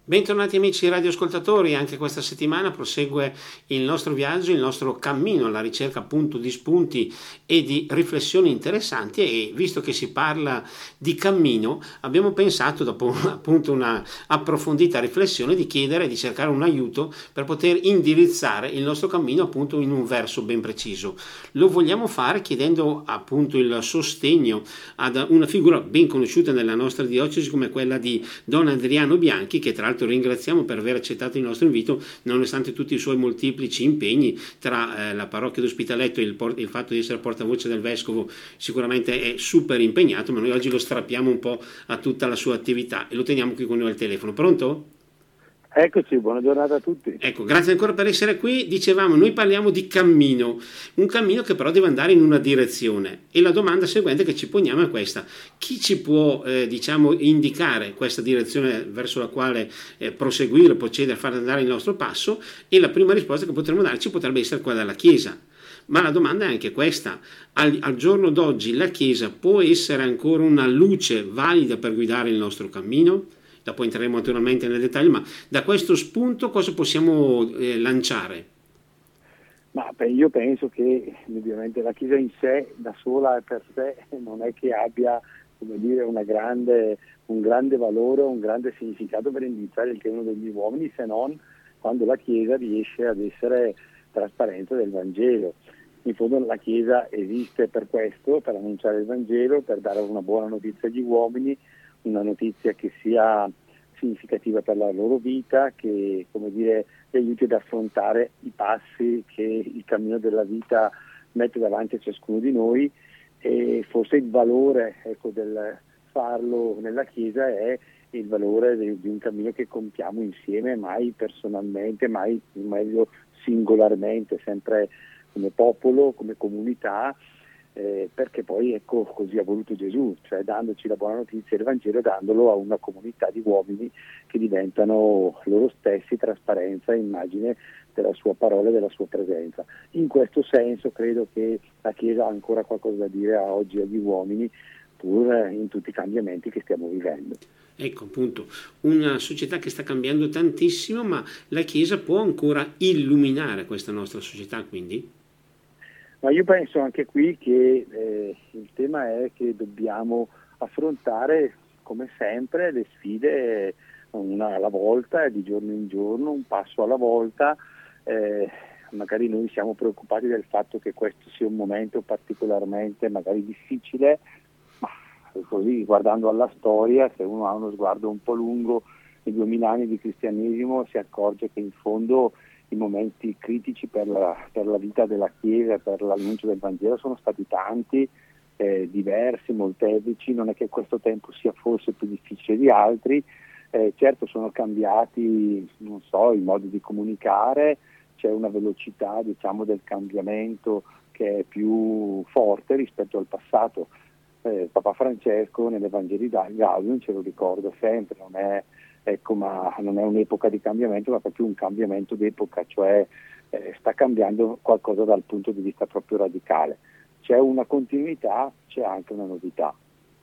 Bentornati amici radioascoltatori, anche questa settimana prosegue il nostro viaggio, il nostro cammino alla ricerca appunto di spunti e di riflessioni interessanti e visto che si parla di cammino abbiamo pensato dopo appunto una approfondita riflessione di chiedere, di cercare un aiuto per poter indirizzare il nostro cammino appunto in un verso ben preciso. Lo vogliamo fare chiedendo appunto il sostegno ad una figura ben conosciuta nella nostra diocesi come quella di Don Adriano Bianchi, che tra l'altro ringraziamo per aver accettato il nostro invito nonostante tutti i suoi molteplici impegni tra la parrocchia d'Ospitaletto e il fatto di essere portavoce del vescovo. Sicuramente è super impegnato, ma noi oggi lo strappiamo un po' a tutta la sua attività e lo teniamo qui con noi al telefono. Pronto? Eccoci, buona giornata a tutti. Ecco, grazie ancora per essere qui. Dicevamo, noi parliamo di cammino, un cammino che però deve andare in una direzione e la domanda seguente che ci poniamo è questa: chi ci può indicare questa direzione verso la quale proseguire, procedere, far andare il nostro passo? E la prima risposta che potremmo darci potrebbe essere quella della Chiesa. Ma la domanda è anche questa: al giorno d'oggi la Chiesa può essere ancora una luce valida per guidare il nostro cammino? Dopo entreremo naturalmente nel dettaglio, ma da questo spunto cosa possiamo lanciare? Io penso che ovviamente la Chiesa in sé, da sola e per sé, non è che abbia, come dire, un grande valore, un grande significato per indirizzare il cammino degli uomini, se non quando la Chiesa riesce ad essere trasparente del Vangelo. In fondo la Chiesa esiste per questo, per annunciare il Vangelo, per dare una buona notizia agli uomini, una notizia che sia significativa per la loro vita, che, come dire, li aiuti ad affrontare i passi che il cammino della vita mette davanti a ciascuno di noi. E forse il valore, del farlo nella Chiesa è il valore di un cammino che compiamo insieme, mai personalmente, mai meglio singolarmente, sempre come popolo, come comunità, perché poi così ha voluto Gesù, cioè dandoci la buona notizia del Vangelo, dandolo a una comunità di uomini che diventano loro stessi trasparenza e immagine della sua parola e della sua presenza. In questo senso credo che la Chiesa ha ancora qualcosa da dire a oggi agli uomini, pur in tutti i cambiamenti che stiamo vivendo. Ecco appunto, una società che sta cambiando tantissimo, ma la Chiesa può ancora illuminare questa nostra società, quindi? Ma io penso anche qui che il tema è che dobbiamo affrontare, come sempre, le sfide una alla volta, di giorno in giorno, un passo alla volta. Magari noi siamo preoccupati del fatto che questo sia un momento particolarmente magari difficile, ma così guardando alla storia, se uno ha uno sguardo un po' lungo, nei 2000 anni di cristianesimo si accorge che in fondo i momenti critici per la vita della Chiesa, per l'annuncio del Vangelo sono stati tanti, diversi, molteplici. Non è che questo tempo sia forse più difficile di altri, certo sono cambiati, non so, i modi di comunicare, c'è una velocità, diciamo, del cambiamento che è più forte rispetto al passato. Papa Francesco nell'Evangeli Gaudium ce lo ricorda sempre, ma non è un'epoca di cambiamento, ma proprio un cambiamento d'epoca, cioè sta cambiando qualcosa dal punto di vista proprio radicale. C'è una continuità, c'è anche una novità.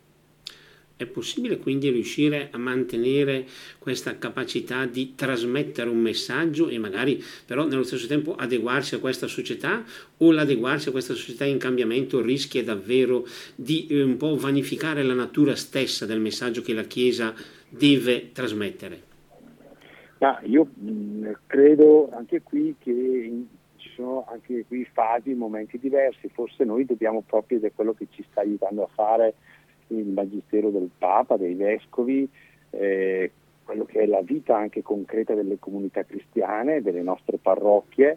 È possibile quindi riuscire a mantenere questa capacità di trasmettere un messaggio e magari però nello stesso tempo adeguarsi a questa società, o l'adeguarsi a questa società in cambiamento rischia davvero di un po' vanificare la natura stessa del messaggio che la Chiesa deve trasmettere? Ma io credo anche qui che ci sono anche qui fasi, momenti diversi. Forse noi dobbiamo proprio, ed è quello che ci sta aiutando a fare il Magistero del Papa, dei Vescovi, quello che è la vita anche concreta delle comunità cristiane, delle nostre parrocchie,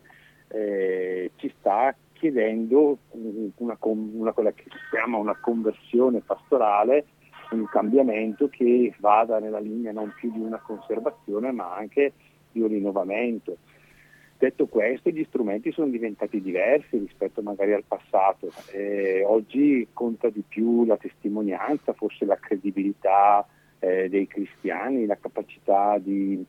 ci sta chiedendo quella che si chiama una conversione pastorale, un cambiamento che vada nella linea non più di una conservazione ma anche di un rinnovamento. Detto questo, gli strumenti sono diventati diversi rispetto magari al passato. Oggi conta di più la testimonianza, forse la credibilità dei cristiani, la capacità di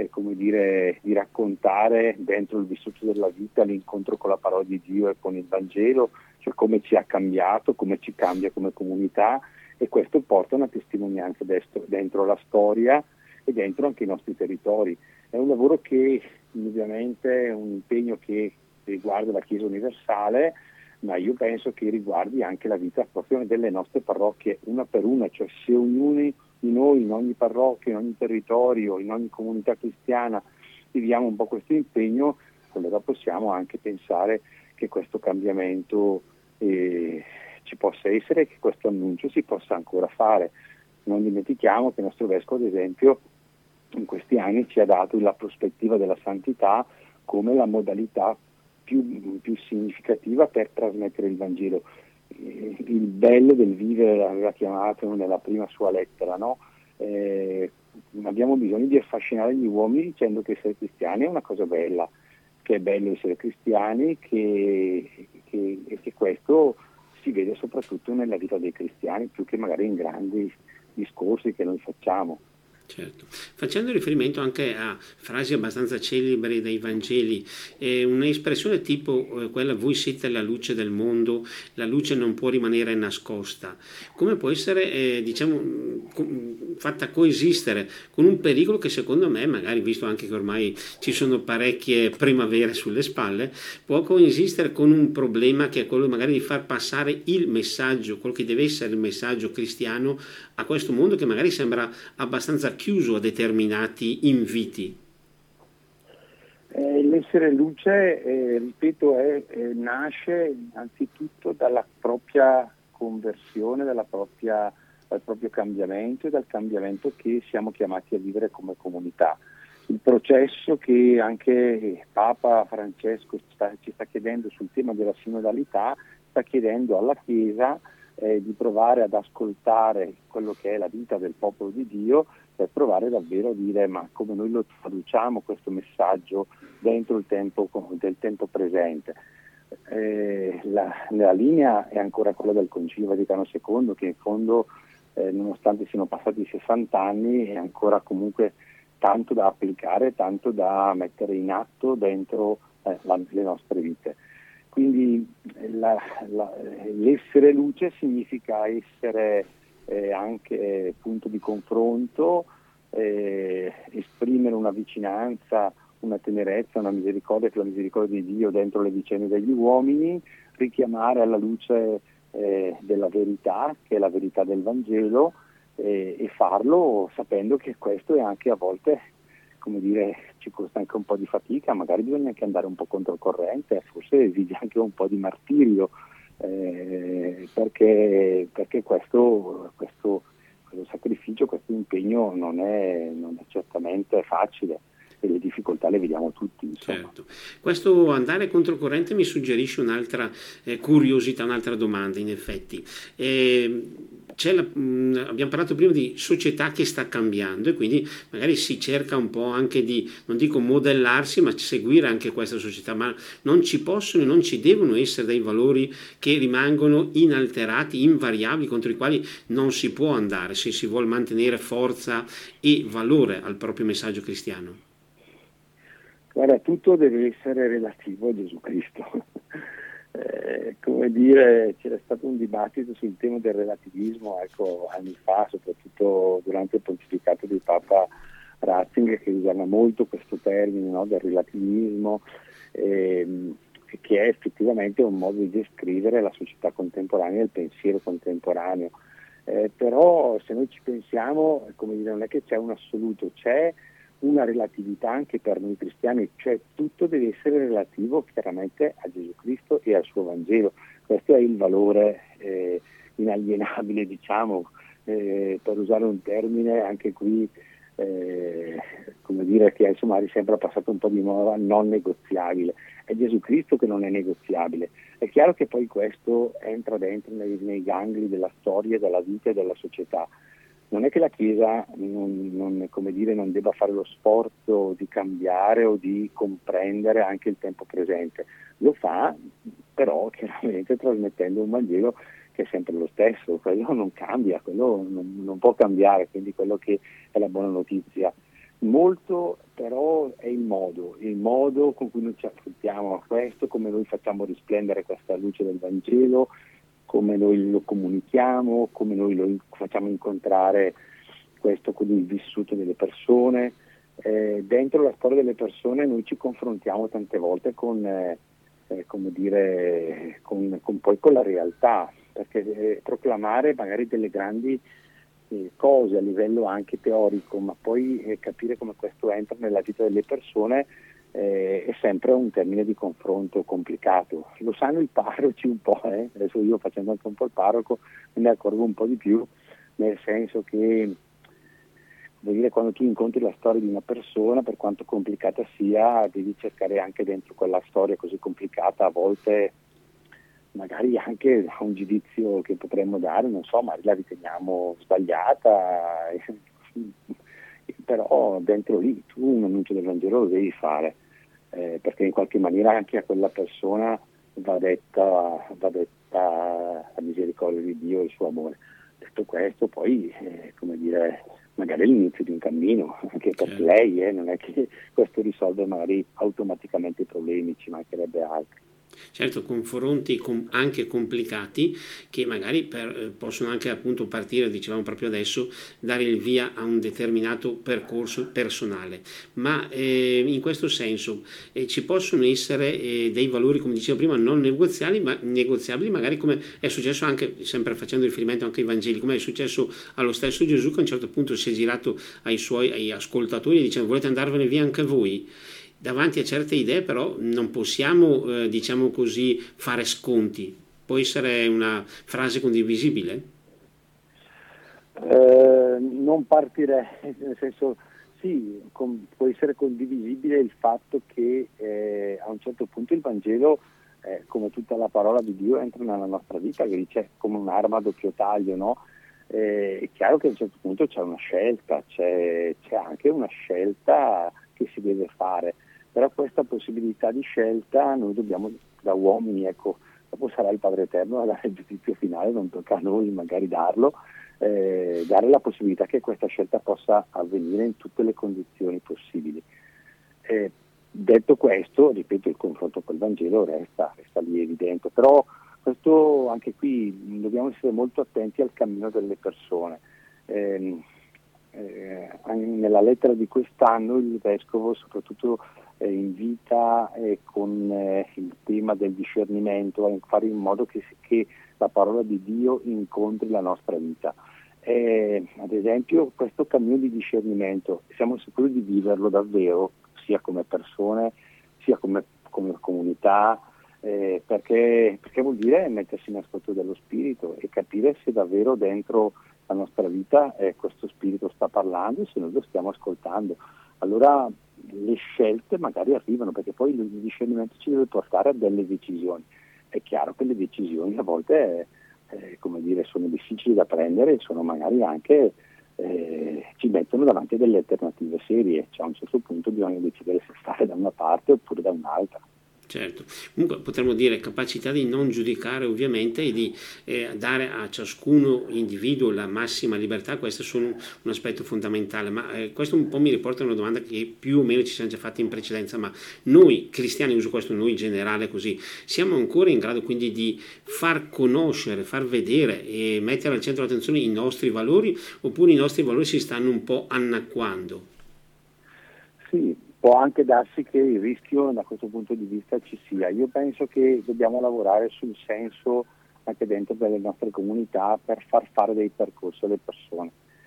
raccontare dentro il vissuto della vita l'incontro con la parola di Dio e con il Vangelo, cioè come ci ha cambiato, come ci cambia come comunità, e questo porta una testimonianza dentro la storia e dentro anche i nostri territori. È un lavoro che ovviamente è un impegno che riguarda la Chiesa universale, ma io penso che riguardi anche la vita proprio delle nostre parrocchie una per una, cioè se ognuno di noi in ogni parrocchia, in ogni territorio, in ogni comunità cristiana viviamo un po' questo impegno, allora possiamo anche pensare che questo cambiamento ci possa essere, che questo annuncio si possa ancora fare. Non dimentichiamo che il nostro Vescovo, ad esempio, in questi anni ci ha dato la prospettiva della santità come la modalità più significativa per trasmettere il Vangelo. Il bello del vivere, l'aveva chiamato nella prima sua lettera, no? Abbiamo bisogno di affascinare gli uomini dicendo che essere cristiani è una cosa bella, che è bello essere cristiani, e che questo si vede soprattutto nella vita dei cristiani più che magari in grandi discorsi che noi facciamo. Certo. Facendo riferimento anche a frasi abbastanza celebri dei Vangeli, un'espressione tipo quella voi siete la luce del mondo, la luce non può rimanere nascosta, come può essere fatta coesistere con un pericolo che secondo me, magari visto anche che ormai ci sono parecchie primavere sulle spalle, può coesistere con un problema che è quello magari di far passare il messaggio, quello che deve essere il messaggio cristiano a questo mondo che magari sembra abbastanza chiuso a determinati inviti. L'essere luce, ripeto, nasce innanzitutto dalla propria conversione, dal proprio cambiamento e dal cambiamento che siamo chiamati a vivere come comunità. Il processo che anche Papa Francesco ci sta chiedendo sul tema della sinodalità, sta chiedendo alla Chiesa di provare ad ascoltare quello che è la vita del popolo di Dio, per provare davvero a dire ma come noi lo traduciamo questo messaggio dentro il tempo del tempo presente. La linea è ancora quella del Concilio Vaticano II, che in fondo nonostante siano passati 60 anni è ancora comunque tanto da applicare, tanto da mettere in atto dentro le nostre vite. Quindi l'essere luce significa essere anche punto di confronto, esprimere una vicinanza, una tenerezza, una misericordia, che la misericordia di Dio dentro le vicende degli uomini, richiamare alla luce della verità, che è la verità del Vangelo, e farlo sapendo che questo è anche a volte, come dire, ci costa anche un po' di fatica, magari bisogna anche andare un po' controcorrente, forse esige anche un po' di martirio, perché questo sacrificio, questo impegno non è certamente facile, e le difficoltà le vediamo tutti, insomma. Certo. Questo andare controcorrente mi suggerisce un'altra curiosità, un'altra domanda in effetti. Abbiamo parlato prima di società che sta cambiando e quindi magari si cerca un po' anche di, non dico modellarsi, ma seguire anche questa società, ma non ci possono e non ci devono essere dei valori che rimangono inalterati, invariabili, contro i quali non si può andare se si vuole mantenere forza e valore al proprio messaggio cristiano. Guarda, tutto deve essere relativo a Gesù Cristo. Come dire, c'era stato un dibattito sul tema del relativismo, anni fa, soprattutto durante il pontificato di Papa Ratzinger, che usava molto questo termine, no, del relativismo, che è effettivamente un modo di descrivere la società contemporanea e il pensiero contemporaneo. Però se noi ci pensiamo, come dire, non è che c'è un assoluto, c'è una relatività anche per noi cristiani, cioè tutto deve essere relativo chiaramente a Gesù Cristo e al suo Vangelo. Questo è il valore inalienabile, diciamo, per usare un termine anche qui, come dire, che insomma è sempre passato un po' di moda, non negoziabile. È Gesù Cristo che non è negoziabile. È chiaro che poi questo entra dentro nei gangli della storia, della vita e della società. Non è che la Chiesa non debba fare lo sforzo di cambiare o di comprendere anche il tempo presente. Lo fa, però chiaramente trasmettendo un Vangelo che è sempre lo stesso, quello non cambia, quello non può cambiare, quindi quello che è la buona notizia. Molto però è il modo con cui noi ci affrontiamo a questo, come noi facciamo risplendere questa luce del Vangelo, come noi lo comunichiamo, come noi lo facciamo incontrare questo con il vissuto delle persone. Dentro la storia delle persone noi ci confrontiamo tante volte con poi con la realtà, perché proclamare magari delle grandi cose a livello anche teorico, ma poi capire come questo entra nella vita delle persone è sempre un termine di confronto complicato. Lo sanno i parroci un po', adesso io facendo anche un po' il parroco me ne accorgo un po' di più, nel senso che quando tu incontri la storia di una persona, per quanto complicata sia, devi cercare anche dentro quella storia così complicata, a volte magari anche un giudizio che potremmo dare, non so, magari la riteniamo sbagliata, però dentro lì tu un annuncio del Vangelo lo devi fare, perché in qualche maniera anche a quella persona va detta la misericordia di Dio e il suo amore. Detto questo, poi, magari è l'inizio di un cammino, anche per lei, non è che questo risolve magari automaticamente i problemi, ci mancherebbe altro. Certo, confronti anche complicati che magari possono anche appunto partire, dicevamo proprio adesso, dare il via a un determinato percorso personale, ma in questo senso ci possono essere dei valori, come dicevo prima, non negoziabili, magari come è successo anche, sempre facendo riferimento anche ai Vangeli, come è successo allo stesso Gesù che a un certo punto si è girato ai ascoltatori e diceva: volete andarvene via anche voi? Davanti a certe idee però non possiamo, diciamo così, fare sconti. Può essere una frase condivisibile? Non partirei, nel senso, sì, può essere condivisibile il fatto che a un certo punto il Vangelo, come tutta la parola di Dio, entra nella nostra vita, che dice come un'arma a doppio taglio, no? È chiaro che a un certo punto c'è una scelta, c'è anche una scelta che si deve fare. Però questa possibilità di scelta noi dobbiamo, da uomini, dopo sarà il Padre Eterno a dare il giudizio finale, non tocca a noi magari darlo, dare la possibilità che questa scelta possa avvenire in tutte le condizioni possibili. Detto questo, ripeto, il confronto col Vangelo resta lì evidente, però questo anche qui dobbiamo essere molto attenti al cammino delle persone. Nella lettera di quest'anno il Vescovo soprattutto invita con il tema del discernimento a fare in modo che la parola di Dio incontri la nostra vita. Ad esempio questo cammino di discernimento siamo sicuri di viverlo davvero, sia come persone sia come comunità, perché vuol dire mettersi in ascolto dello Spirito e capire se davvero dentro la nostra vita questo Spirito sta parlando e se noi lo stiamo ascoltando. Allora le scelte magari arrivano, perché poi il discernimento ci deve portare a delle decisioni. È chiaro che le decisioni a volte sono difficili da prendere e sono magari anche ci mettono davanti a delle alternative serie, cioè a un certo punto bisogna decidere se stare da una parte oppure da un'altra. Certo, comunque potremmo dire capacità di non giudicare ovviamente e di dare a ciascuno individuo la massima libertà, questo sono un aspetto fondamentale, ma questo un po' mi riporta a una domanda che più o meno ci siamo già fatti in precedenza, ma noi cristiani, uso questo noi in generale così, siamo ancora in grado quindi di far conoscere, far vedere e mettere al centro dell'attenzione i nostri valori, oppure i nostri valori si stanno un po' annacquando? Sì, può anche darsi che il rischio da questo punto di vista ci sia. Io penso che dobbiamo lavorare sul senso anche dentro delle nostre comunità per far fare dei percorsi alle persone.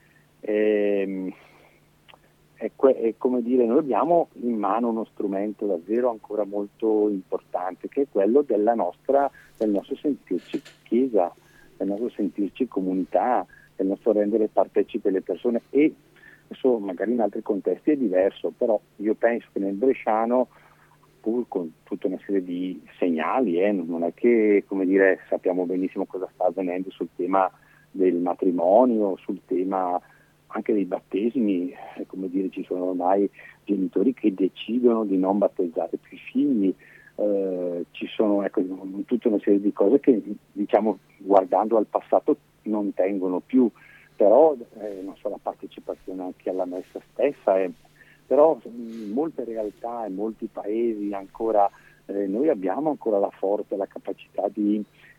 È come dire, noi abbiamo in mano uno strumento davvero ancora molto importante, che è quello del nostro sentirci chiesa, del nostro sentirci comunità, del nostro rendere partecipi le persone. E adesso magari in altri contesti è diverso, però io penso che nel bresciano, pur con tutta una serie di segnali, non è che sappiamo benissimo cosa sta avvenendo sul tema del matrimonio, sul tema anche dei battesimi, ci sono ormai genitori che decidono di non battezzare più i figli, ci sono tutta una serie di cose che guardando al passato non tengono più. Però la partecipazione anche alla messa stessa, però in molte realtà, in molti paesi ancora noi abbiamo ancora la capacità di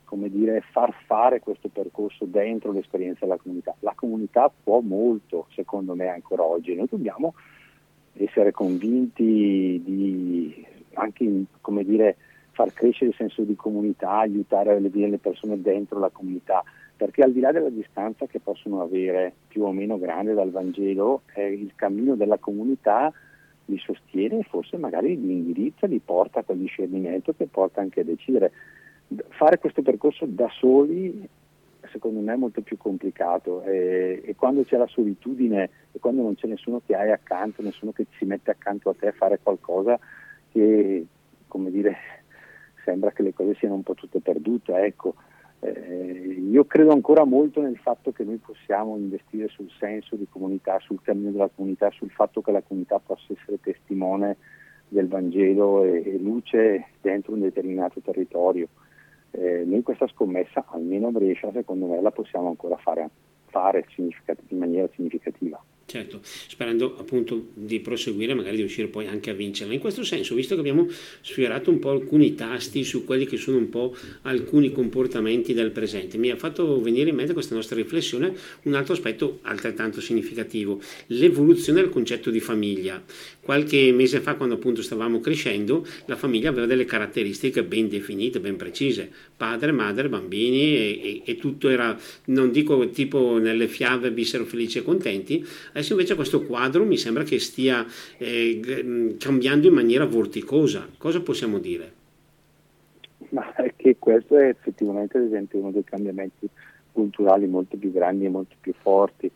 come dire, far fare questo percorso dentro l'esperienza della comunità. La comunità può molto, secondo me, ancora oggi. Noi dobbiamo essere convinti di anche, come dire, far crescere il senso di comunità, aiutare le persone dentro la comunità, perché al di là della distanza che possono avere più o meno grande dal Vangelo, il cammino della comunità li sostiene e forse magari li indirizza, li porta a quel discernimento che porta anche a decidere. Fare questo percorso da soli secondo me è molto più complicato e quando c'è la solitudine e quando non c'è nessuno che hai accanto, nessuno che si mette accanto a te a fare qualcosa, che, come dire, sembra che le cose siano un po' tutte perdute, ecco. Io credo ancora molto nel fatto che noi possiamo investire sul senso di comunità, sul cammino della comunità, sul fatto che la comunità possa essere testimone del Vangelo e luce dentro un determinato territorio. Noi questa scommessa, almeno a Brescia, secondo me la possiamo ancora fare in maniera significativa. Certo, sperando appunto di proseguire, magari di riuscire poi anche a vincerla. In questo senso, visto che abbiamo sfiorato un po' alcuni tasti su quelli che sono un po' alcuni comportamenti del presente, mi ha fatto venire in mente questa nostra riflessione un altro aspetto altrettanto significativo, l'evoluzione del concetto di famiglia. Qualche mese fa, quando appunto stavamo crescendo, la famiglia aveva delle caratteristiche ben definite, ben precise: padre, madre, bambini, e tutto era, non dico tipo nelle fiabe vissero felici e contenti. Adesso invece questo quadro mi sembra che stia cambiando in maniera vorticosa. Cosa possiamo dire? Ma è che questo è effettivamente, ad esempio, uno dei cambiamenti culturali molto più grandi e molto più forti.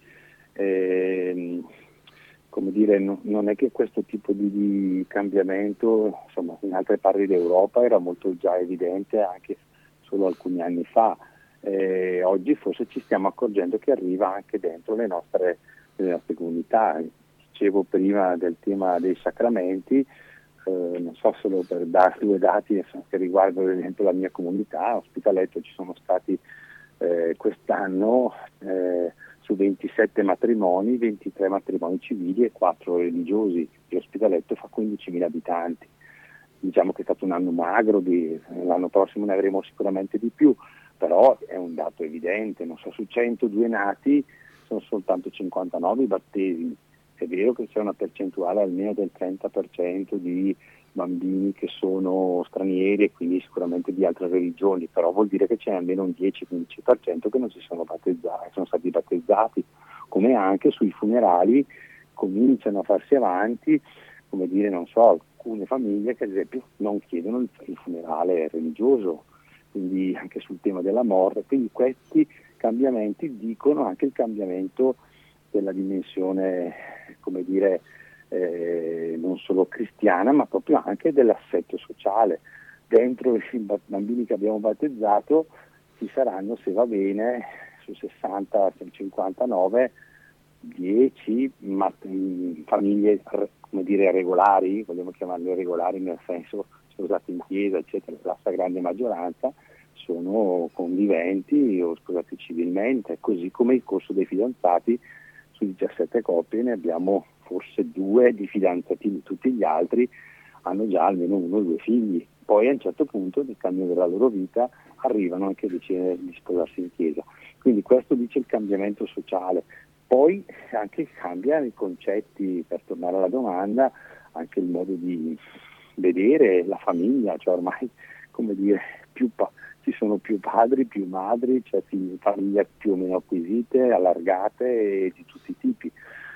Come dire, non è che questo tipo di cambiamento, insomma, in altre parti d'Europa era molto già evidente anche solo alcuni anni fa. Oggi forse ci stiamo accorgendo che arriva anche dentro le nostre comunità. Dicevo prima del tema dei sacramenti, non so, solo per dare due dati che riguardano ad esempio la mia comunità. A Ospitaletto ci sono stati quest'anno su 27 matrimoni, 23 matrimoni civili e 4 religiosi, e Ospitaletto fa 15.000 abitanti. Diciamo che è stato un anno magro, l'anno prossimo ne avremo sicuramente di più, però è un dato evidente. Non so, su 102 nati sono soltanto 59 i battesimi. È vero che c'è una percentuale almeno del 30% di bambini che sono stranieri e quindi sicuramente di altre religioni, però vuol dire che c'è almeno un 10-15% che non si sono battezzati, sono stati battezzati, come anche sui funerali cominciano a farsi avanti, come dire, non so, alcune famiglie che ad esempio non chiedono il funerale religioso, quindi anche sul tema della morte. Quindi questi cambiamenti dicono anche il cambiamento della dimensione, come dire, non solo cristiana, ma proprio anche dell'assetto sociale. Dentro i bambini che abbiamo battezzato ci saranno, se va bene, su 60, 59, 10 famiglie, come dire, regolari, vogliamo chiamarle regolari nel senso sposati in chiesa, eccetera. La stragrande maggioranza sono conviventi o sposati civilmente, così come il corso dei fidanzati. Su 17 coppie ne abbiamo forse 2 di fidanzatini, tutti gli altri hanno già almeno 1 o 2 figli. Poi a un certo punto nel cammino della loro vita arrivano anche a decidere di sposarsi in chiesa. Quindi questo dice il cambiamento sociale. Poi anche cambiano i concetti, per tornare alla domanda, anche il modo di vedere la famiglia, cioè ormai, come dire, ci sono più padri, più madri, cioè famiglie più o meno acquisite, allargate e di tutti i tipi.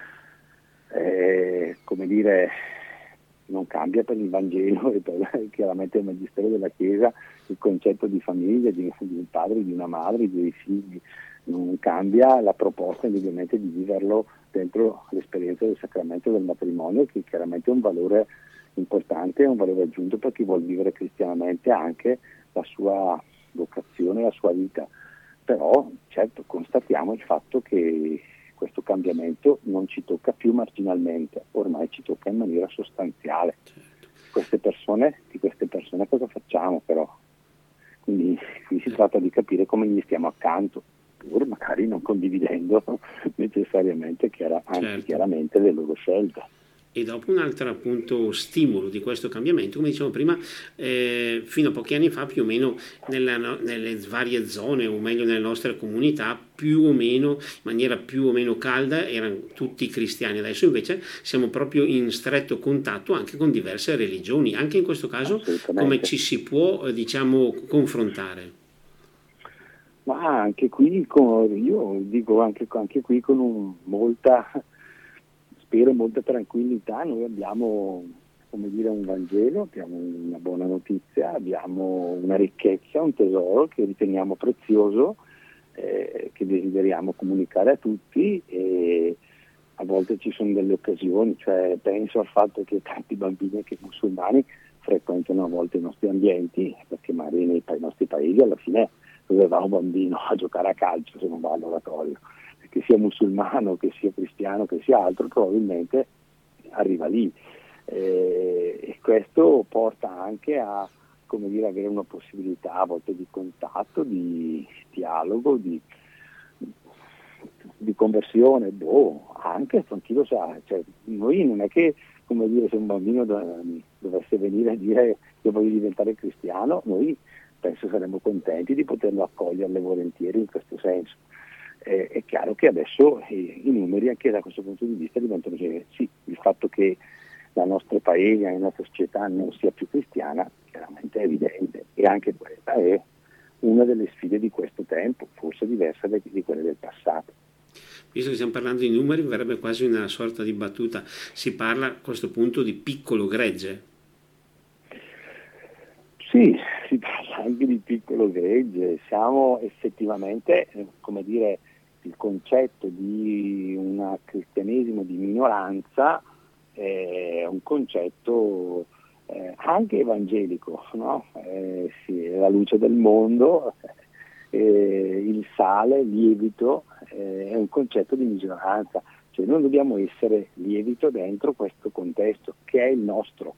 Come dire, non cambia per il Vangelo e per chiaramente il Magistero della Chiesa il concetto di famiglia, di un padre, di una madre, di dei figli. Non cambia la proposta indubbiamente di viverlo dentro l'esperienza del sacramento del matrimonio, che chiaramente è un valore importante, è un valore aggiunto per chi vuol vivere cristianamente anche la sua vocazione, la sua vita. Però certo constatiamo il fatto che questo cambiamento non ci tocca più marginalmente, ormai ci tocca in maniera sostanziale. Di queste persone cosa facciamo però? Quindi qui si tratta di capire come gli stiamo accanto, pur magari non condividendo necessariamente chiaramente le loro scelte. E dopo un altro appunto stimolo di questo cambiamento, come dicevamo prima, fino a pochi anni fa più o meno nelle varie zone, o meglio nelle nostre comunità, più o meno in maniera più o meno calda erano tutti cristiani. Adesso invece siamo proprio in stretto contatto anche con diverse religioni. Anche in questo caso come ci si può diciamo confrontare? Ma anche qui io dico anche qui con molta tranquillità. Noi abbiamo, come dire, un Vangelo, abbiamo una buona notizia, abbiamo una ricchezza, un tesoro che riteniamo prezioso, che desideriamo comunicare a tutti, e a volte ci sono delle occasioni, cioè penso al fatto che tanti bambini anche musulmani frequentano a volte i nostri ambienti, perché magari nei nostri paesi alla fine dove va un bambino a giocare a calcio se non va all'oratorio, che sia musulmano, che sia cristiano, che sia altro, probabilmente arriva lì, e questo porta anche a, come dire, avere una possibilità a volte di contatto, di dialogo, di conversione, anche chi lo sa, cioè, noi non è che, come dire, se un bambino dovesse venire a dire io voglio diventare cristiano, noi penso saremmo contenti di poterlo accoglierle volentieri in questo senso. È chiaro che adesso i numeri anche da questo punto di vista diventano sì, il fatto che la nostra paese, la nostra società non sia più cristiana chiaramente è evidente, e anche questa è una delle sfide di questo tempo, forse diversa di quelle del passato. Visto che stiamo parlando di numeri, verrebbe quasi una sorta di battuta, si parla a questo punto di piccolo gregge. Sì, si parla anche di piccolo gregge, siamo effettivamente, come dire, il concetto di un cristianesimo di minoranza è un concetto anche evangelico, no? Sì, è la luce del mondo, il sale, lievito, è un concetto di minoranza, cioè noi dobbiamo essere lievito dentro questo contesto che è il nostro.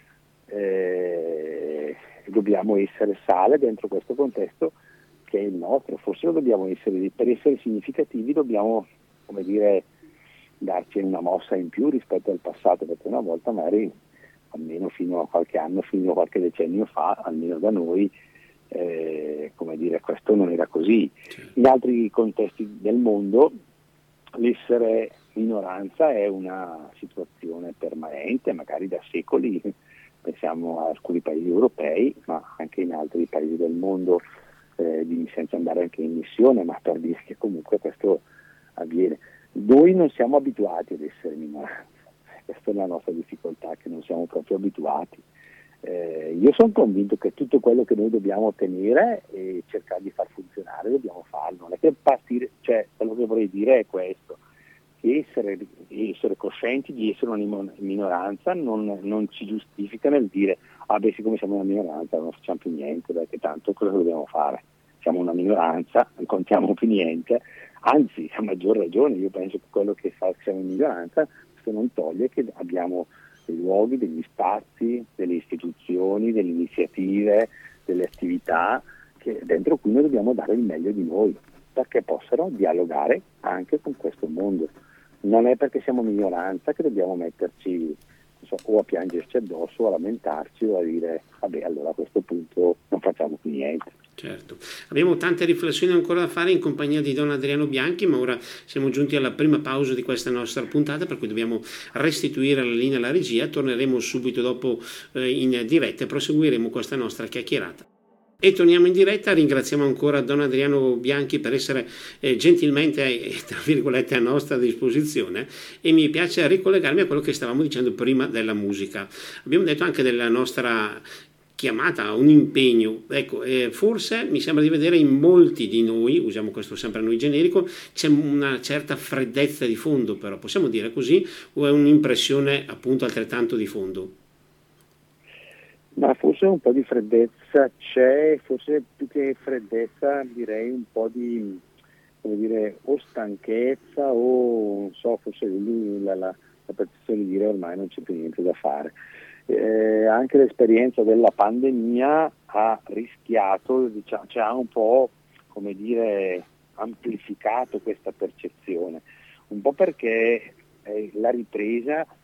Dobbiamo essere sale dentro questo contesto che è il nostro, forse lo dobbiamo essere, per essere significativi dobbiamo, come dire, darci una mossa in più rispetto al passato, perché una volta magari, almeno fino a qualche anno, fino a qualche decennio fa, almeno da noi, come dire, questo non era così. In altri contesti del mondo l'essere minoranza è una situazione permanente, magari da secoli. Pensiamo a alcuni paesi europei, ma anche in altri paesi del mondo, senza andare anche in missione, ma per dire che comunque questo avviene. Noi non siamo abituati ad essere minoranza, questa è la nostra difficoltà, che non siamo proprio abituati. Io sono convinto che tutto quello che noi dobbiamo ottenere e cercare di far funzionare dobbiamo farlo, non è che partire, cioè quello che vorrei dire è questo, che essere coscienti di essere una minoranza non ci giustifica nel dire siccome siamo una minoranza non facciamo più niente, perché tanto cosa dobbiamo fare? Siamo una minoranza, non contiamo più niente, anzi a maggior ragione io penso che quello che fa che siamo in minoranza, questo non toglie che abbiamo dei luoghi, degli spazi, delle istituzioni, delle iniziative, delle attività dentro cui noi dobbiamo dare il meglio di noi, perché possano dialogare anche con questo mondo. Non è perché siamo minoranza che dobbiamo metterci o a piangerci addosso o a lamentarci o a dire allora a questo punto non facciamo più niente. Certo, abbiamo tante riflessioni ancora da fare in compagnia di Don Adriano Bianchi, ma ora siamo giunti alla prima pausa di questa nostra puntata, per cui dobbiamo restituire la linea alla regia. Torneremo subito dopo in diretta e proseguiremo questa nostra chiacchierata. E torniamo in diretta, ringraziamo ancora Don Adriano Bianchi per essere gentilmente, tra virgolette, a nostra disposizione, e mi piace ricollegarmi a quello che stavamo dicendo prima della musica. Abbiamo detto anche della nostra chiamata, un impegno. Ecco, forse mi sembra di vedere in molti di noi, usiamo questo sempre a noi generico, c'è una certa freddezza di fondo, però possiamo dire così, o è un'impressione appunto altrettanto di fondo? Ma forse un po' di freddezza c'è, forse più che freddezza direi un po' di, come dire, o stanchezza o non so, forse la percezione di dire ormai non c'è più niente da fare. Anche l'esperienza della pandemia ha rischiato, diciamo, cioè ha un po', come dire, amplificato questa percezione, un po' perché la ripresa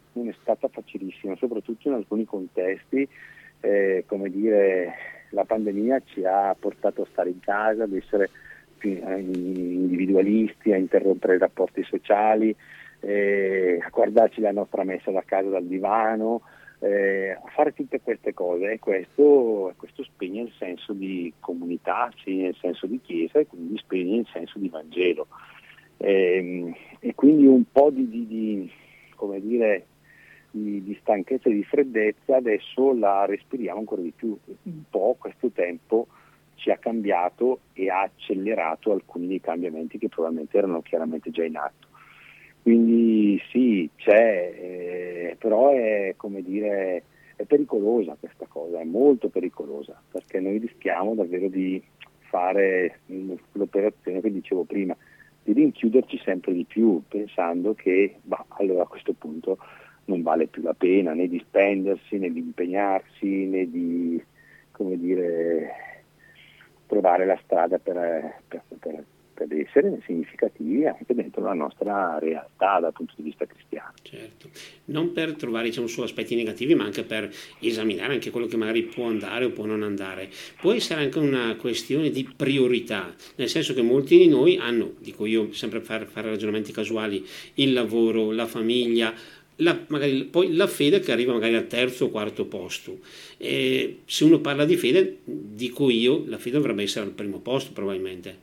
non è stata facilissima, soprattutto in alcuni contesti. Come dire, la pandemia ci ha portato a stare in casa, ad essere più individualisti, a interrompere i rapporti sociali, a guardarci la nostra messa da casa dal divano, a fare tutte queste cose, e questo spegne il senso di comunità, spegne il senso di chiesa e quindi spegne il senso di Vangelo. E quindi un po' come dire, di stanchezza e di freddezza adesso la respiriamo ancora di più. Un po' questo tempo ci ha cambiato e ha accelerato alcuni dei cambiamenti che probabilmente erano chiaramente già in atto. Quindi sì, c'è, però è, come dire, è pericolosa questa cosa, è molto pericolosa, perché noi rischiamo davvero di fare l'operazione che dicevo prima, di rinchiuderci sempre di più, pensando che allora a questo punto non vale più la pena né di spendersi, né di impegnarsi, né di, come dire, trovare la strada per essere significativi anche dentro la nostra realtà dal punto di vista cristiano. Certo, non per trovare solo aspetti negativi, ma anche per esaminare anche quello che magari può andare o può non andare. Può essere anche una questione di priorità, nel senso che molti di noi hanno, dico io, sempre per fare ragionamenti casuali, il lavoro, la famiglia, magari poi la fede che arriva magari al terzo o quarto posto. Se uno parla di fede, dico io, la fede dovrebbe essere al primo posto probabilmente.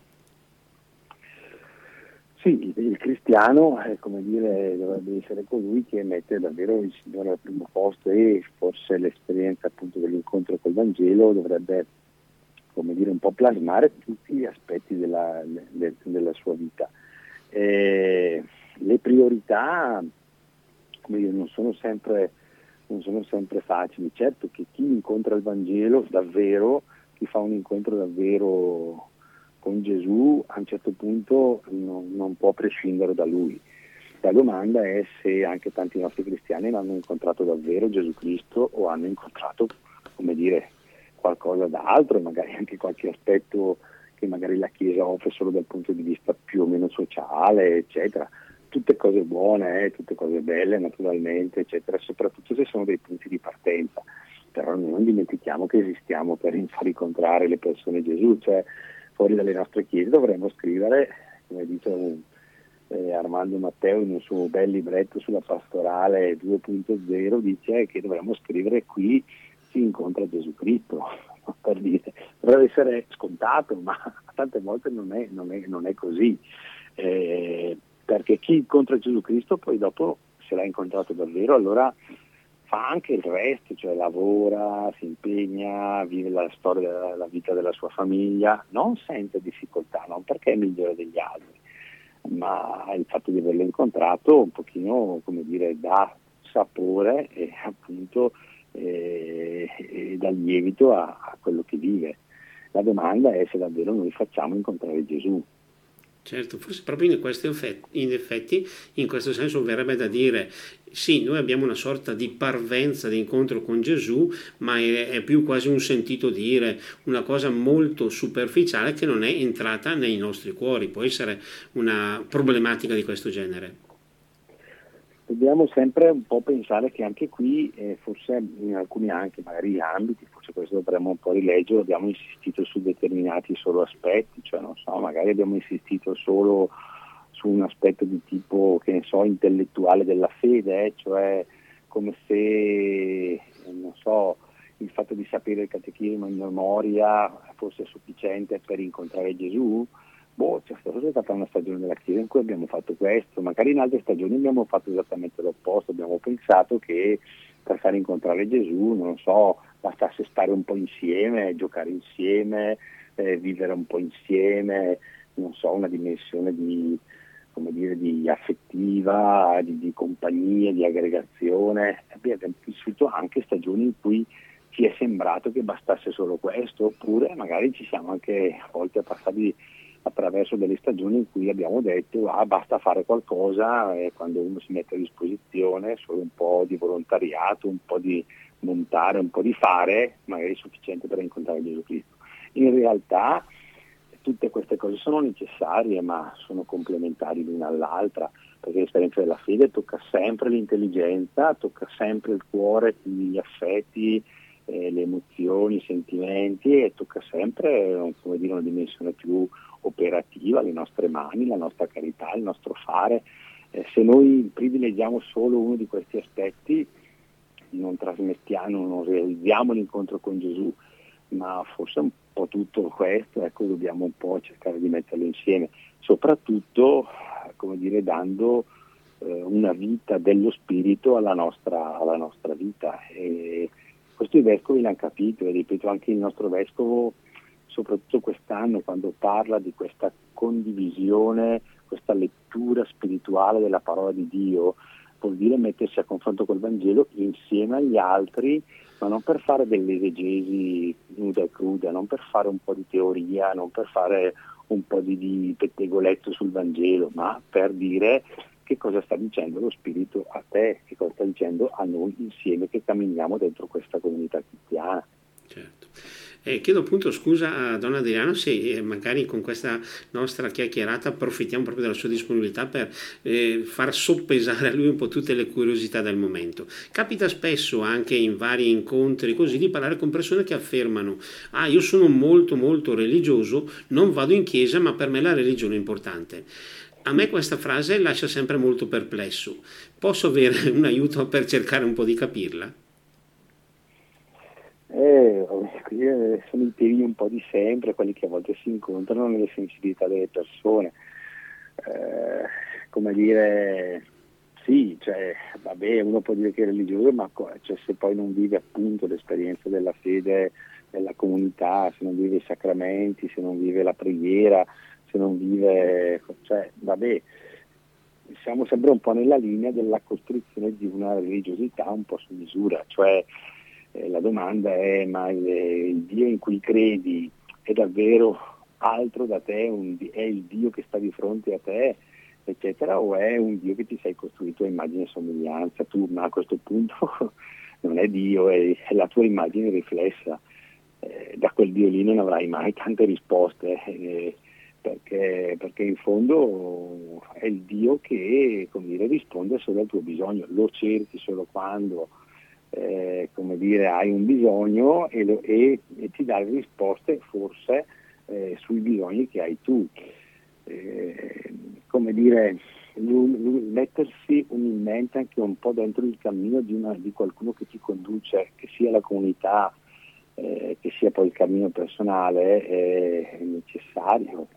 Sì, il cristiano, come dire, dovrebbe essere colui che mette davvero il Signore al primo posto, e forse l'esperienza appunto dell'incontro col Vangelo dovrebbe, come dire, un po' plasmare tutti gli aspetti della sua vita. Le priorità, come dire, non sono sempre facili. Certo che chi incontra il Vangelo davvero, chi fa un incontro davvero con Gesù, a un certo punto non può prescindere da lui. La domanda è se anche tanti nostri cristiani hanno incontrato davvero Gesù Cristo, o hanno incontrato, come dire, qualcosa d'altro, magari anche qualche aspetto che magari la Chiesa offre solo dal punto di vista più o meno sociale, eccetera. Tutte cose buone, tutte cose belle naturalmente, eccetera, soprattutto se sono dei punti di partenza. Però non dimentichiamo che esistiamo per far incontrare le persone Gesù, cioè fuori dalle nostre chiese dovremmo scrivere, come dice Armando Matteo in un suo bel libretto sulla pastorale 2.0, dice che dovremmo scrivere: qui si incontra Gesù Cristo, per dire. Dovrebbe essere scontato, ma tante volte non è così, perché chi incontra Gesù Cristo poi dopo, se l'ha incontrato davvero, allora fa anche il resto, cioè lavora, si impegna, vive la storia della vita della sua famiglia, non senza difficoltà, non perché è migliore degli altri, ma il fatto di averlo incontrato un pochino, come dire, dà sapore e appunto dà lievito a quello che vive. La domanda è se davvero noi facciamo incontrare Gesù. Certo, forse proprio in effetti, in questo senso verrebbe da dire, sì, noi abbiamo una sorta di parvenza di incontro con Gesù, ma è più quasi un sentito dire, una cosa molto superficiale che non è entrata nei nostri cuori. Può essere una problematica di questo genere. Dobbiamo sempre un po' pensare che anche qui, forse in alcuni anche magari ambiti, forse questo dovremmo un po' rileggere, abbiamo insistito su determinati solo aspetti, cioè non so, magari abbiamo insistito solo su un aspetto di tipo, che ne so, intellettuale della fede, cioè come se, non so, il fatto di sapere il catechismo in memoria fosse sufficiente per incontrare Gesù. C'è stata una stagione della Chiesa in cui abbiamo fatto questo, magari in altre stagioni abbiamo fatto esattamente l'opposto, abbiamo pensato che per far incontrare Gesù, non so, bastasse stare un po' insieme, giocare insieme, vivere un po' insieme, non so, una dimensione di, come dire, di affettiva, di compagnia, di aggregazione. Abbiamo vissuto anche stagioni in cui ci è sembrato che bastasse solo questo, oppure magari ci siamo anche a volte passati attraverso delle stagioni in cui abbiamo detto basta fare qualcosa, quando uno si mette a disposizione solo un po' di volontariato, un po' di montare, un po' di fare, magari è sufficiente per incontrare Gesù Cristo. In realtà tutte queste cose sono necessarie, ma sono complementari l'una all'altra, perché l'esperienza della fede tocca sempre l'intelligenza, tocca sempre il cuore, gli affetti, le emozioni, i sentimenti, e tocca sempre, come dire, una dimensione più operativa, le nostre mani, la nostra carità, il nostro fare. Se noi privilegiamo solo uno di questi aspetti, non trasmettiamo, non realizziamo l'incontro con Gesù, ma forse un po' tutto questo, ecco, dobbiamo un po' cercare di metterlo insieme, soprattutto, come dire, dando una vita dello spirito alla nostra vita. E questo i vescovi l'hanno capito, e ripeto, anche il nostro vescovo, soprattutto quest'anno, quando parla di questa condivisione, questa lettura spirituale della parola di Dio, vuol dire mettersi a confronto col Vangelo insieme agli altri, ma non per fare dell'esegesi nuda e cruda, non per fare un po' di teoria, non per fare un po' di pettegoletto sul Vangelo, ma per dire che cosa sta dicendo lo Spirito a te, che cosa sta dicendo a noi insieme che camminiamo dentro questa comunità cristiana. Certo. Chiedo appunto scusa a Don Adriano se magari con questa nostra chiacchierata approfittiamo proprio della sua disponibilità per far soppesare a lui un po' tutte le curiosità del momento. Capita spesso anche in vari incontri così di parlare con persone che affermano: ah, io sono molto molto religioso, non vado in chiesa, ma per me la religione è importante. A me questa frase lascia sempre molto perplesso. Posso avere un aiuto per cercare un po' di capirla? Qui sono i temi un po' di sempre, quelli che a volte si incontrano nelle sensibilità delle persone. Come dire, sì, cioè, vabbè, uno può dire che è religioso, ma cioè, se poi non vive appunto l'esperienza della fede nella comunità, se non vive i sacramenti, se non vive la preghiera, se non vive, cioè, vabbè, siamo sempre un po' nella linea della costruzione di una religiosità un po' su misura, cioè la domanda è: ma il Dio in cui credi è davvero altro da te, è il Dio che sta di fronte a te, eccetera, o è un Dio che ti sei costruito a immagine e somiglianza tu, ma a questo punto non è Dio, è la tua immagine riflessa. Da quel Dio lì non avrai mai tante risposte, perché in fondo è il Dio che, come dire, risponde solo al tuo bisogno, lo cerchi solo quando come dire, hai un bisogno e ti dà le risposte forse sui bisogni che hai tu. Come dire, mettersi in mente anche un po' dentro il cammino di qualcuno che ti conduce, che sia la comunità, che sia poi il cammino personale, è necessario.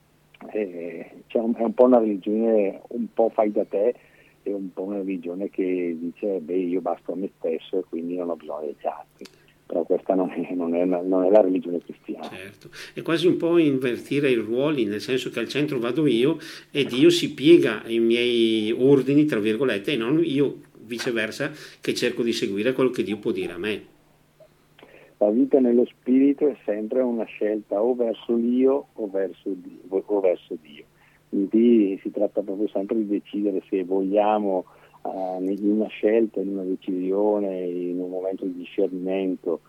È un po' una religione un po' fai da te, è un po' una religione che dice: beh, io basto a me stesso e quindi non ho bisogno degli altri. Però questa non è la religione cristiana. Certo, è quasi un po' invertire i ruoli, nel senso che al centro vado io e Dio si piega ai miei ordini, tra virgolette, e non io viceversa che cerco di seguire quello che Dio può dire a me. La vita nello spirito è sempre una scelta o verso l'io o verso Dio. Quindi si tratta proprio sempre di decidere se vogliamo in una scelta, in una decisione, in un momento di discernimento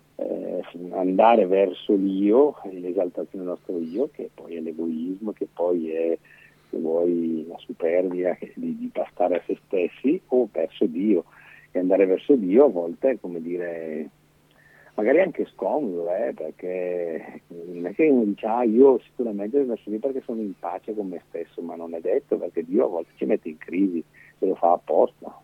andare verso l'io, l'esaltazione del nostro io, che poi è l'egoismo, che poi è, se vuoi, la superbia di bastare a se stessi, o verso Dio. E andare verso Dio a volte è, come dire, magari anche scomodo, perché non è che uno dice: io sicuramente devo essere lì perché sono in pace con me stesso, ma non è detto, perché Dio a volte ci mette in crisi e lo fa apposta.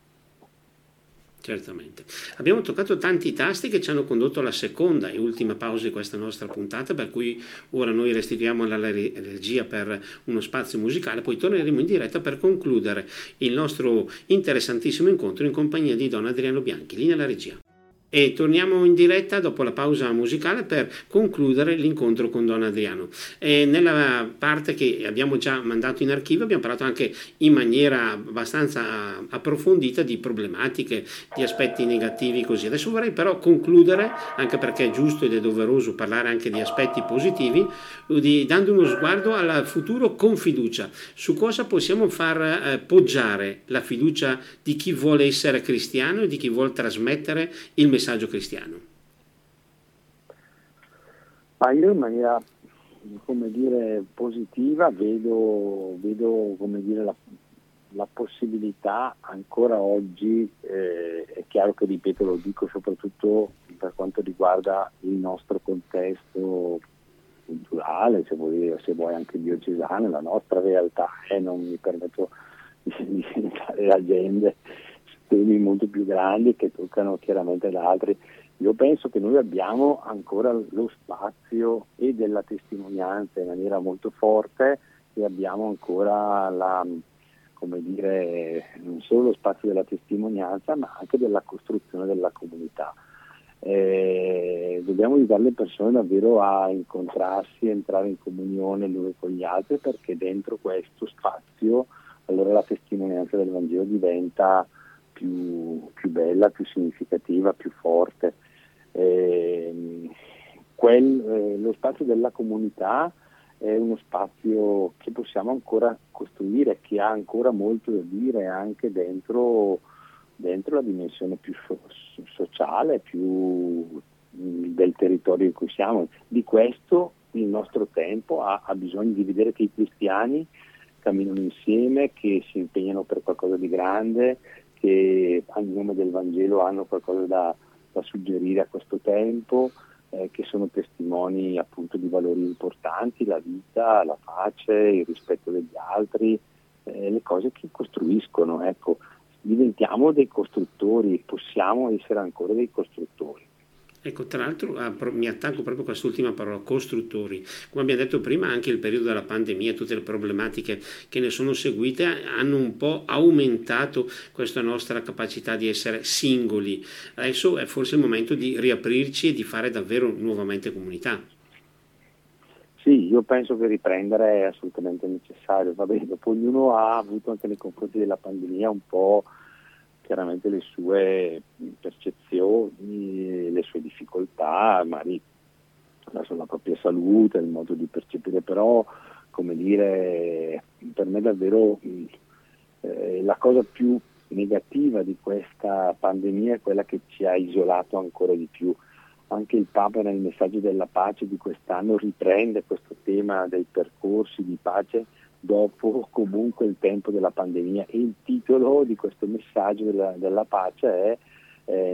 Certamente. Abbiamo toccato tanti tasti che ci hanno condotto alla seconda e ultima pausa di questa nostra puntata, per cui ora noi restituiamo alla regia per uno spazio musicale, poi torneremo in diretta per concludere il nostro interessantissimo incontro in compagnia di Don Adriano Bianchi. Linea alla regia. E torniamo in diretta dopo la pausa musicale per concludere l'incontro con Don Adriano. E nella parte che abbiamo già mandato in archivio abbiamo parlato anche in maniera abbastanza approfondita di problematiche, di aspetti negativi così. Adesso vorrei però concludere, anche perché è giusto ed è doveroso parlare anche di aspetti positivi, dando uno sguardo al futuro con fiducia. Su cosa possiamo far poggiare la fiducia di chi vuole essere cristiano e di chi vuole trasmettere il messaggio cristiano? Ma io in maniera come dire, positiva, vedo come dire, la possibilità ancora oggi, è chiaro che ripeto, lo dico soprattutto per quanto riguarda il nostro contesto culturale, se vuoi anche diocesano, la nostra realtà, non mi permetto di diventare agende su temi molto più grandi che toccano chiaramente ad altri. Io penso che noi abbiamo ancora lo spazio e della testimonianza in maniera molto forte, e abbiamo ancora come dire, non solo lo spazio della testimonianza ma anche della costruzione della comunità. Dobbiamo aiutare le persone davvero a incontrarsi, entrare in comunione gli uni con gli altri, perché dentro questo spazio allora la testimonianza del Vangelo diventa più bella, più significativa, più forte. Lo spazio della comunità è uno spazio che possiamo ancora costruire, che ha ancora molto da dire anche dentro la dimensione più sociale, più del territorio in cui siamo. Di questo il nostro tempo ha bisogno, di vedere che i cristiani camminano insieme, che si impegnano per qualcosa di grande, che a nome del Vangelo hanno qualcosa da suggerire a questo tempo, che sono testimoni appunto di valori importanti, la vita, la pace, il rispetto degli altri, le cose che costruiscono. Ecco, diventiamo dei costruttori, possiamo essere ancora dei costruttori. Ecco, tra l'altro mi attacco proprio a quest'ultima parola, costruttori. Come abbiamo detto prima, anche il periodo della pandemia, tutte le problematiche che ne sono seguite hanno un po' aumentato questa nostra capacità di essere singoli. Adesso è forse il momento di riaprirci e di fare davvero nuovamente comunità. Sì, io penso che riprendere è assolutamente necessario. Va bene, dopo ognuno ha avuto anche nei confronti della pandemia un po' chiaramente le sue percezioni, le sue difficoltà, magari sulla propria salute, il modo di percepire, però come dire, per me davvero la cosa più negativa di questa pandemia è quella che ci ha isolato ancora di più. Anche il Papa nel messaggio della pace di quest'anno riprende questo tema dei percorsi di pace dopo comunque il tempo della pandemia, e il titolo di questo messaggio della pace è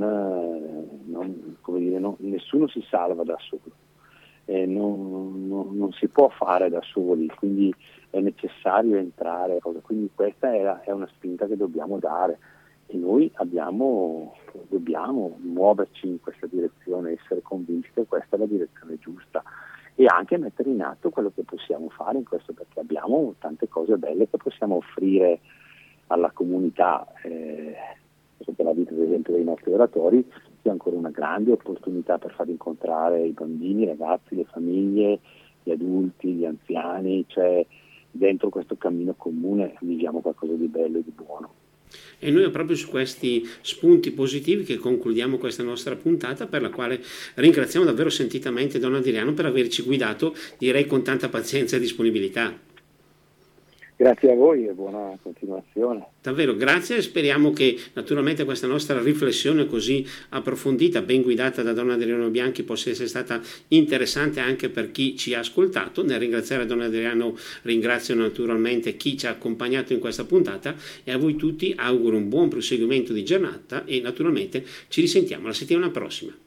nessuno si salva da solo, non si può fare da soli, quindi è necessario entrare, quindi questa è una spinta che dobbiamo dare, e noi dobbiamo muoverci in questa direzione, essere convinti che questa è la direzione giusta, e anche mettere in atto quello che possiamo fare in questo, perché abbiamo tante cose belle che possiamo offrire alla comunità. Per la vita, ad esempio, dei nostri oratori c'è ancora una grande opportunità per far incontrare i bambini, i ragazzi, le famiglie, gli adulti, gli anziani, cioè dentro questo cammino comune viviamo qualcosa di bello e di buono. E noi è proprio su questi spunti positivi che concludiamo questa nostra puntata, per la quale ringraziamo davvero sentitamente Don Adriano per averci guidato, direi con tanta pazienza e disponibilità. Grazie a voi e buona continuazione. Davvero grazie, e speriamo che naturalmente questa nostra riflessione così approfondita, ben guidata da Don Adriano Bianchi, possa essere stata interessante anche per chi ci ha ascoltato. Nel ringraziare Don Adriano ringrazio naturalmente chi ci ha accompagnato in questa puntata, e a voi tutti auguro un buon proseguimento di giornata, e naturalmente ci risentiamo la settimana prossima.